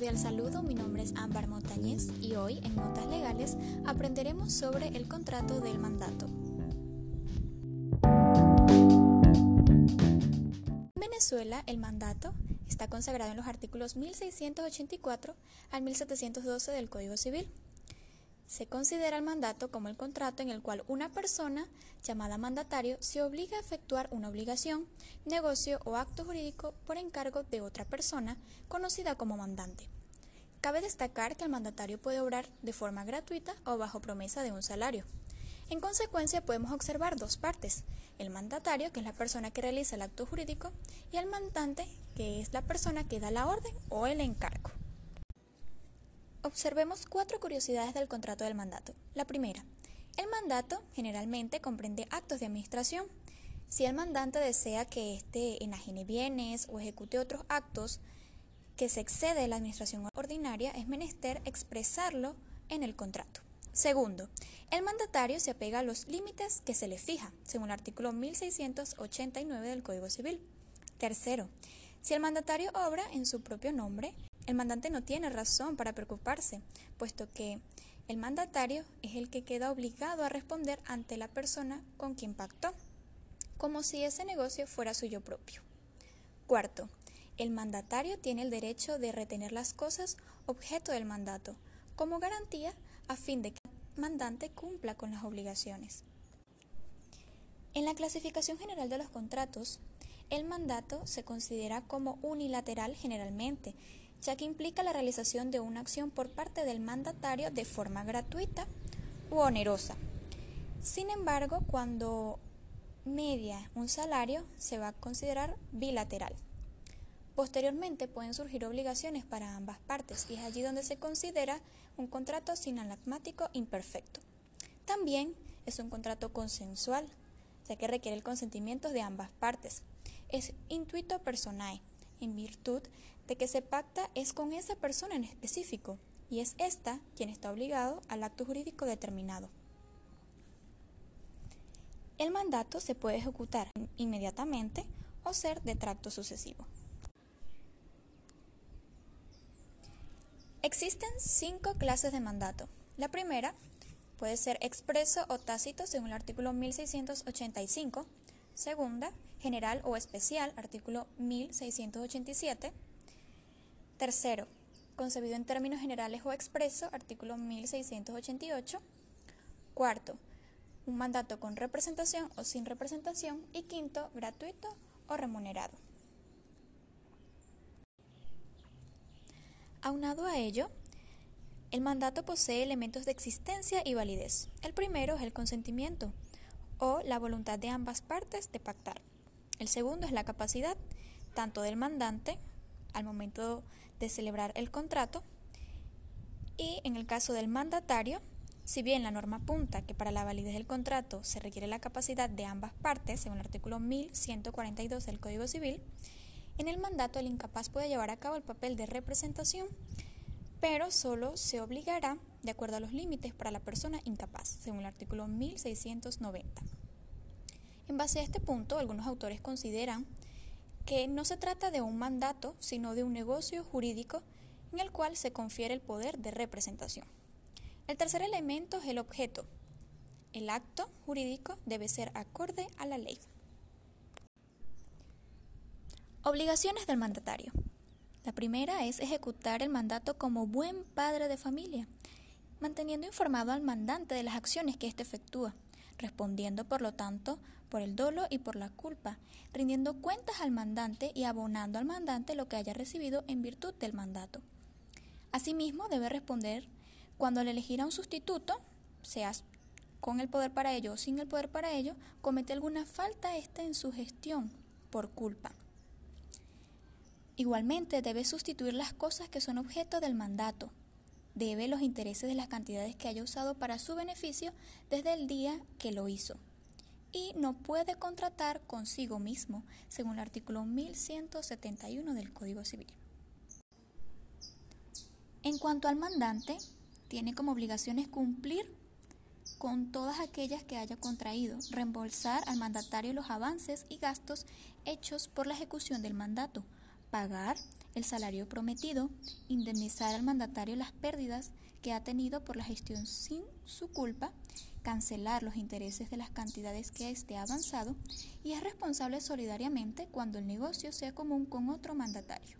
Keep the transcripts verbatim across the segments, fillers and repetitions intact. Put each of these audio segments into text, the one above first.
cordial saludo, mi nombre es Ámbar Montañez y hoy en Notas Legales aprenderemos sobre el contrato del mandato. En Venezuela, el mandato está consagrado en los artículos mil seiscientos ochenta y cuatro al mil setecientos doce del Código Civil. Se considera el mandato como el contrato en el cual una persona, llamada mandatario, se obliga a efectuar una obligación, negocio o acto jurídico por encargo de otra persona, conocida como mandante. Cabe destacar que el mandatario puede obrar de forma gratuita o bajo promesa de un salario. En consecuencia, podemos observar dos partes: el mandatario, que es la persona que realiza el acto jurídico, y el mandante, que es la persona que da la orden o el encargo. Observemos cuatro curiosidades del contrato del mandato. La primera, el mandato generalmente comprende actos de administración. Si el mandante desea que éste enajene bienes o ejecute otros actos que se excede de la administración ordinaria, es menester expresarlo en el contrato. Segundo, el mandatario se apega a los límites que se le fija, según el artículo mil seiscientos ochenta y nueve del Código Civil. Tercero, si el mandatario obra en su propio nombre, el mandante no tiene razón para preocuparse, puesto que el mandatario es el que queda obligado a responder ante la persona con quien pactó, como si ese negocio fuera suyo propio. Cuarto, el mandatario tiene el derecho de retener las cosas objeto del mandato, como garantía a fin de que el mandante cumpla con las obligaciones. En la clasificación general de los contratos, el mandato se considera como unilateral generalmente, ya que implica la realización de una acción por parte del mandatario de forma gratuita u onerosa. Sin embargo, cuando media un salario, se va a considerar bilateral. Posteriormente pueden surgir obligaciones para ambas partes y es allí donde se considera un contrato sinalagmático imperfecto. También es un contrato consensual, ya que requiere el consentimiento de ambas partes. Es intuito personae, en virtud de que se pacta es con esa persona en específico, y es ésta quien está obligado al acto jurídico determinado. El mandato se puede ejecutar inmediatamente o ser de tracto sucesivo. Existen cinco clases de mandato. La primera puede ser expreso o tácito, según el artículo mil seiscientos ochenta y cinco. Segunda, general o especial, artículo mil seiscientos ochenta y siete. Tercero, concebido en términos generales o expreso, artículo mil seiscientos ochenta y ocho. Cuarto, un mandato con representación o sin representación. Y quinto, gratuito o remunerado. Aunado a ello, el mandato posee elementos de existencia y validez. El primero es el consentimiento o la voluntad de ambas partes de pactar. El segundo es la capacidad, tanto del mandante al momento de celebrar el contrato, y en el caso del mandatario, si bien la norma apunta que para la validez del contrato se requiere la capacidad de ambas partes, según el artículo mil ciento cuarenta y dos del Código Civil, en el mandato el incapaz puede llevar a cabo el papel de representación, pero solo se obligará de acuerdo a los límites para la persona incapaz, según el artículo mil seiscientos noventa. En base a este punto, algunos autores consideran que no se trata de un mandato, sino de un negocio jurídico en el cual se confiere el poder de representación. El tercer elemento es el objeto. El acto jurídico debe ser acorde a la ley. Obligaciones del mandatario. La primera es ejecutar el mandato como buen padre de familia, manteniendo informado al mandante de las acciones que éste efectúa, respondiendo por lo tanto por el dolo y por la culpa, rindiendo cuentas al mandante y abonando al mandante lo que haya recibido en virtud del mandato. Asimismo, debe responder cuando al elegir a un sustituto, sea con el poder para ello o sin el poder para ello, comete alguna falta éste en su gestión por culpa. Igualmente, debe sustituir las cosas que son objeto del mandato. Debe los intereses de las cantidades que haya usado para su beneficio desde el día que lo hizo. Y no puede contratar consigo mismo, según el artículo mil ciento setenta y uno del Código Civil. En cuanto al mandante, tiene como obligaciones cumplir con todas aquellas que haya contraído, reembolsar al mandatario los avances y gastos hechos por la ejecución del mandato, pagar el salario prometido, indemnizar al mandatario las pérdidas que ha tenido por la gestión sin su culpa, cancelar los intereses de las cantidades que éste ha avanzado y es responsable solidariamente cuando el negocio sea común con otro mandatario.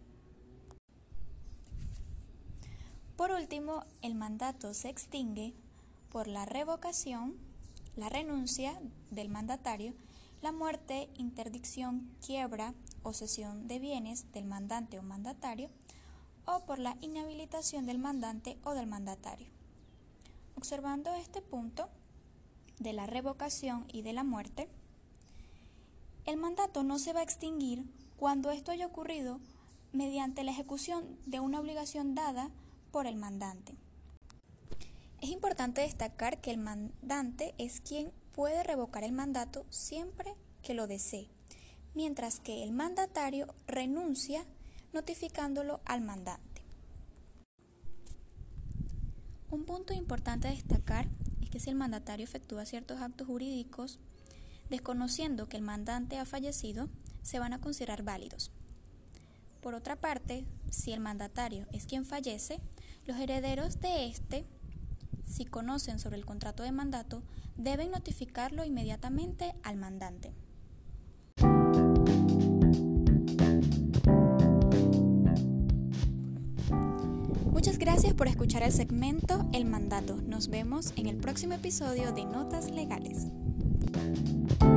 Por último, el mandato se extingue por la revocación, la renuncia del mandatario, la muerte, interdicción, quiebra o cesión de bienes del mandante o mandatario, o por la inhabilitación del mandante o del mandatario. Observando este punto de la revocación y de la muerte, el mandato no se va a extinguir cuando esto haya ocurrido mediante la ejecución de una obligación dada por el mandante. Es importante destacar que el mandante es quien puede revocar el mandato siempre que lo desee, mientras que el mandatario renuncia notificándolo al mandante. Un punto importante a destacar es que si el mandatario efectúa ciertos actos jurídicos, desconociendo que el mandante ha fallecido, se van a considerar válidos. Por otra parte, si el mandatario es quien fallece, los herederos de éste, si conocen sobre el contrato de mandato, deben notificarlo inmediatamente al mandante. Muchas gracias por escuchar el segmento El Mandato. Nos vemos en el próximo episodio de Notas Legales.